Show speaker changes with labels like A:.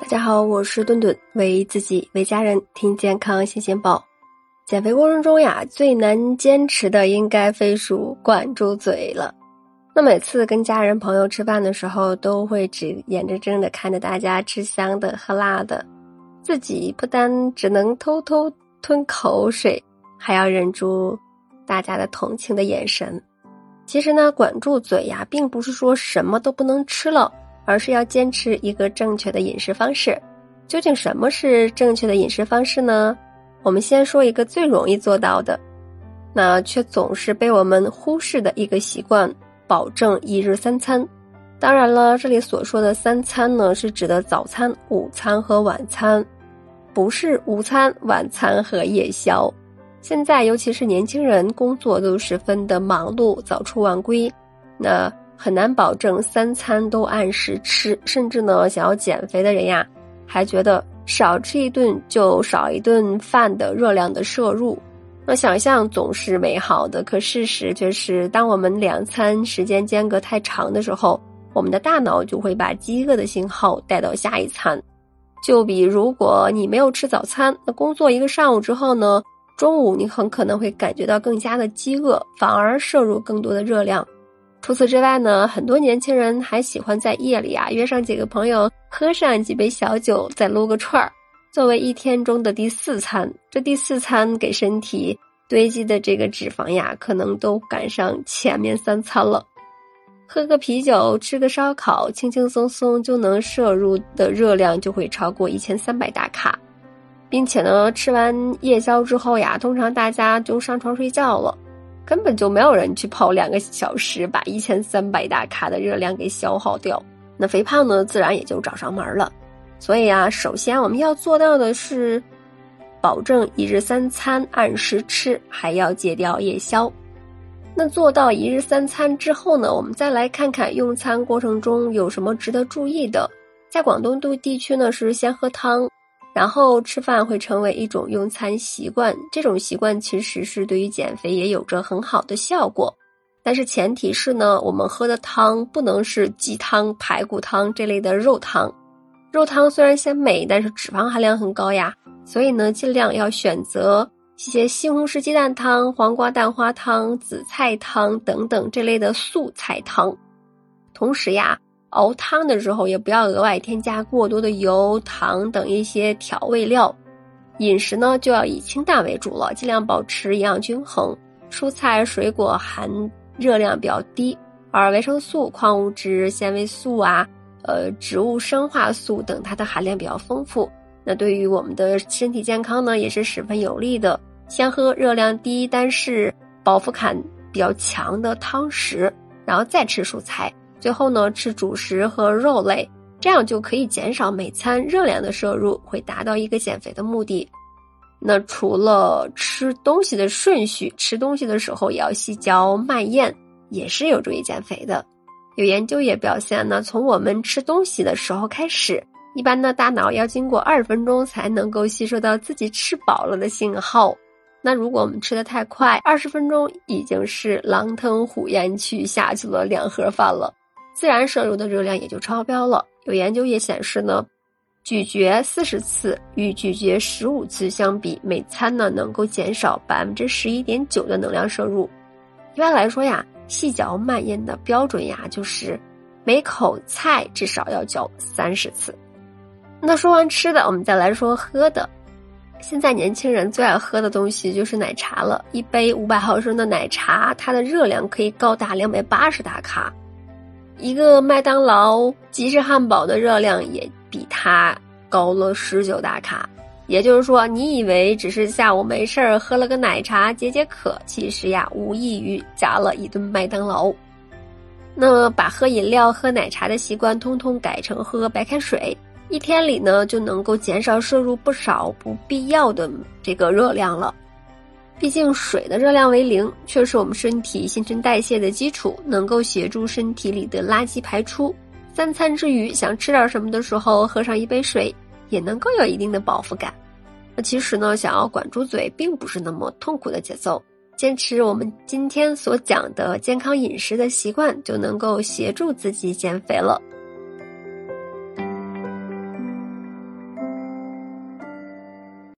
A: 大家好，我是顿顿，为自己为家人听健康新鲜报。减肥过程中呀，最难坚持的应该非属管住嘴了。那每次跟家人朋友吃饭的时候，都会眼睁睁地看着大家吃香的喝辣的，自己不但只能偷偷吞口水，还要忍住大家的同情的眼神。其实呢，管住嘴呀，并不是说什么都不能吃了，而是要坚持一个正确的饮食方式。究竟什么是正确的饮食方式呢？我们先说一个最容易做到的，那却总是被我们忽视的一个习惯，保证一日三餐。当然了，这里所说的三餐呢，是指的早餐、午餐和晚餐，不是午餐、晚餐和夜宵。现在尤其是年轻人工作都十分的忙碌，早出晚归，那很难保证三餐都按时吃，甚至呢，想要减肥的人呀，还觉得少吃一顿就少一顿饭的热量的摄入。那想象总是美好的，可事实却是，当我们两餐时间间隔太长的时候，我们的大脑就会把饥饿的信号带到下一餐。就比如果你没有吃早餐，那工作一个上午之后呢，中午你很可能会感觉到更加的饥饿，反而摄入更多的热量。除此之外呢，很多年轻人还喜欢在夜里约上几个朋友，喝上几杯小酒，再撸个串儿，作为一天中的第四餐。这第四餐给身体堆积的这个脂肪呀，可能都赶上前面三餐了。喝个啤酒，吃个烧烤，轻轻松松就能摄入的热量就会超过1300大卡。并且呢，吃完夜宵之后呀，通常大家就上床睡觉了，根本就没有人去跑2个小时把1300大卡的热量给消耗掉，那肥胖呢自然也就找上门了。所以首先我们要做到的是保证一日三餐按时吃，还要戒掉夜宵。那做到一日三餐之后呢，我们再来看看用餐过程中有什么值得注意的。在广东地区呢，是先喝汤，然后吃饭会成为一种用餐习惯，这种习惯其实是对于减肥也有着很好的效果。但是前提是呢，我们喝的汤不能是鸡汤、排骨汤这类的肉汤。肉汤虽然鲜美，但是脂肪含量很高呀，所以呢，尽量要选择一些西红柿鸡蛋汤、黄瓜蛋花汤、紫菜汤等等这类的素菜汤。同时熬汤的时候也不要额外添加过多的油、糖等一些调味料。饮食呢就要以清淡为主了，尽量保持营养均衡。蔬菜水果含热量比较低，而维生素、矿物质、纤维素植物生化素等它的含量比较丰富，那对于我们的身体健康呢也是十分有利的。先喝热量低但是饱腹感比较强的汤食，然后再吃蔬菜，最后呢吃主食和肉类，这样就可以减少每餐热量的摄入，会达到一个减肥的目的。那除了吃东西的顺序，吃东西的时候也要细嚼慢咽，也是有助于减肥的。有研究也表现呢，从我们吃东西的时候开始，一般的大脑要经过20分钟才能够吸收到自己吃饱了的信号。那如果我们吃得太快，20分钟已经是狼吞虎咽去下去了2盒饭了，自然摄入的热量也就超标了。有研究也显示呢，咀嚼40次与咀嚼15次相比，每餐呢能够减少11.9%的能量摄入。一般来说细嚼慢咽的标准就是每口菜至少要嚼30次。那说完吃的，我们再来说喝的。现在年轻人最爱喝的东西就是奶茶了，一杯500毫升的奶茶，它的热量可以高达280大卡。一个麦当劳即食汉堡的热量也比它高了19大卡。也就是说，你以为只是下午没事儿喝了个奶茶解解渴，其实无异于加了一顿麦当劳。那把喝饮料喝奶茶的习惯通通改成喝白开水，一天里呢就能够减少摄入不少不必要的这个热量了。毕竟水的热量为0，却是我们身体新陈代谢的基础，能够协助身体里的垃圾排出。3餐之余想吃点什么的时候，喝上一杯水也能够有一定的饱腹感。那其实呢，想要管住嘴并不是那么痛苦的节奏，坚持我们今天所讲的健康饮食的习惯，就能够协助自己减肥了。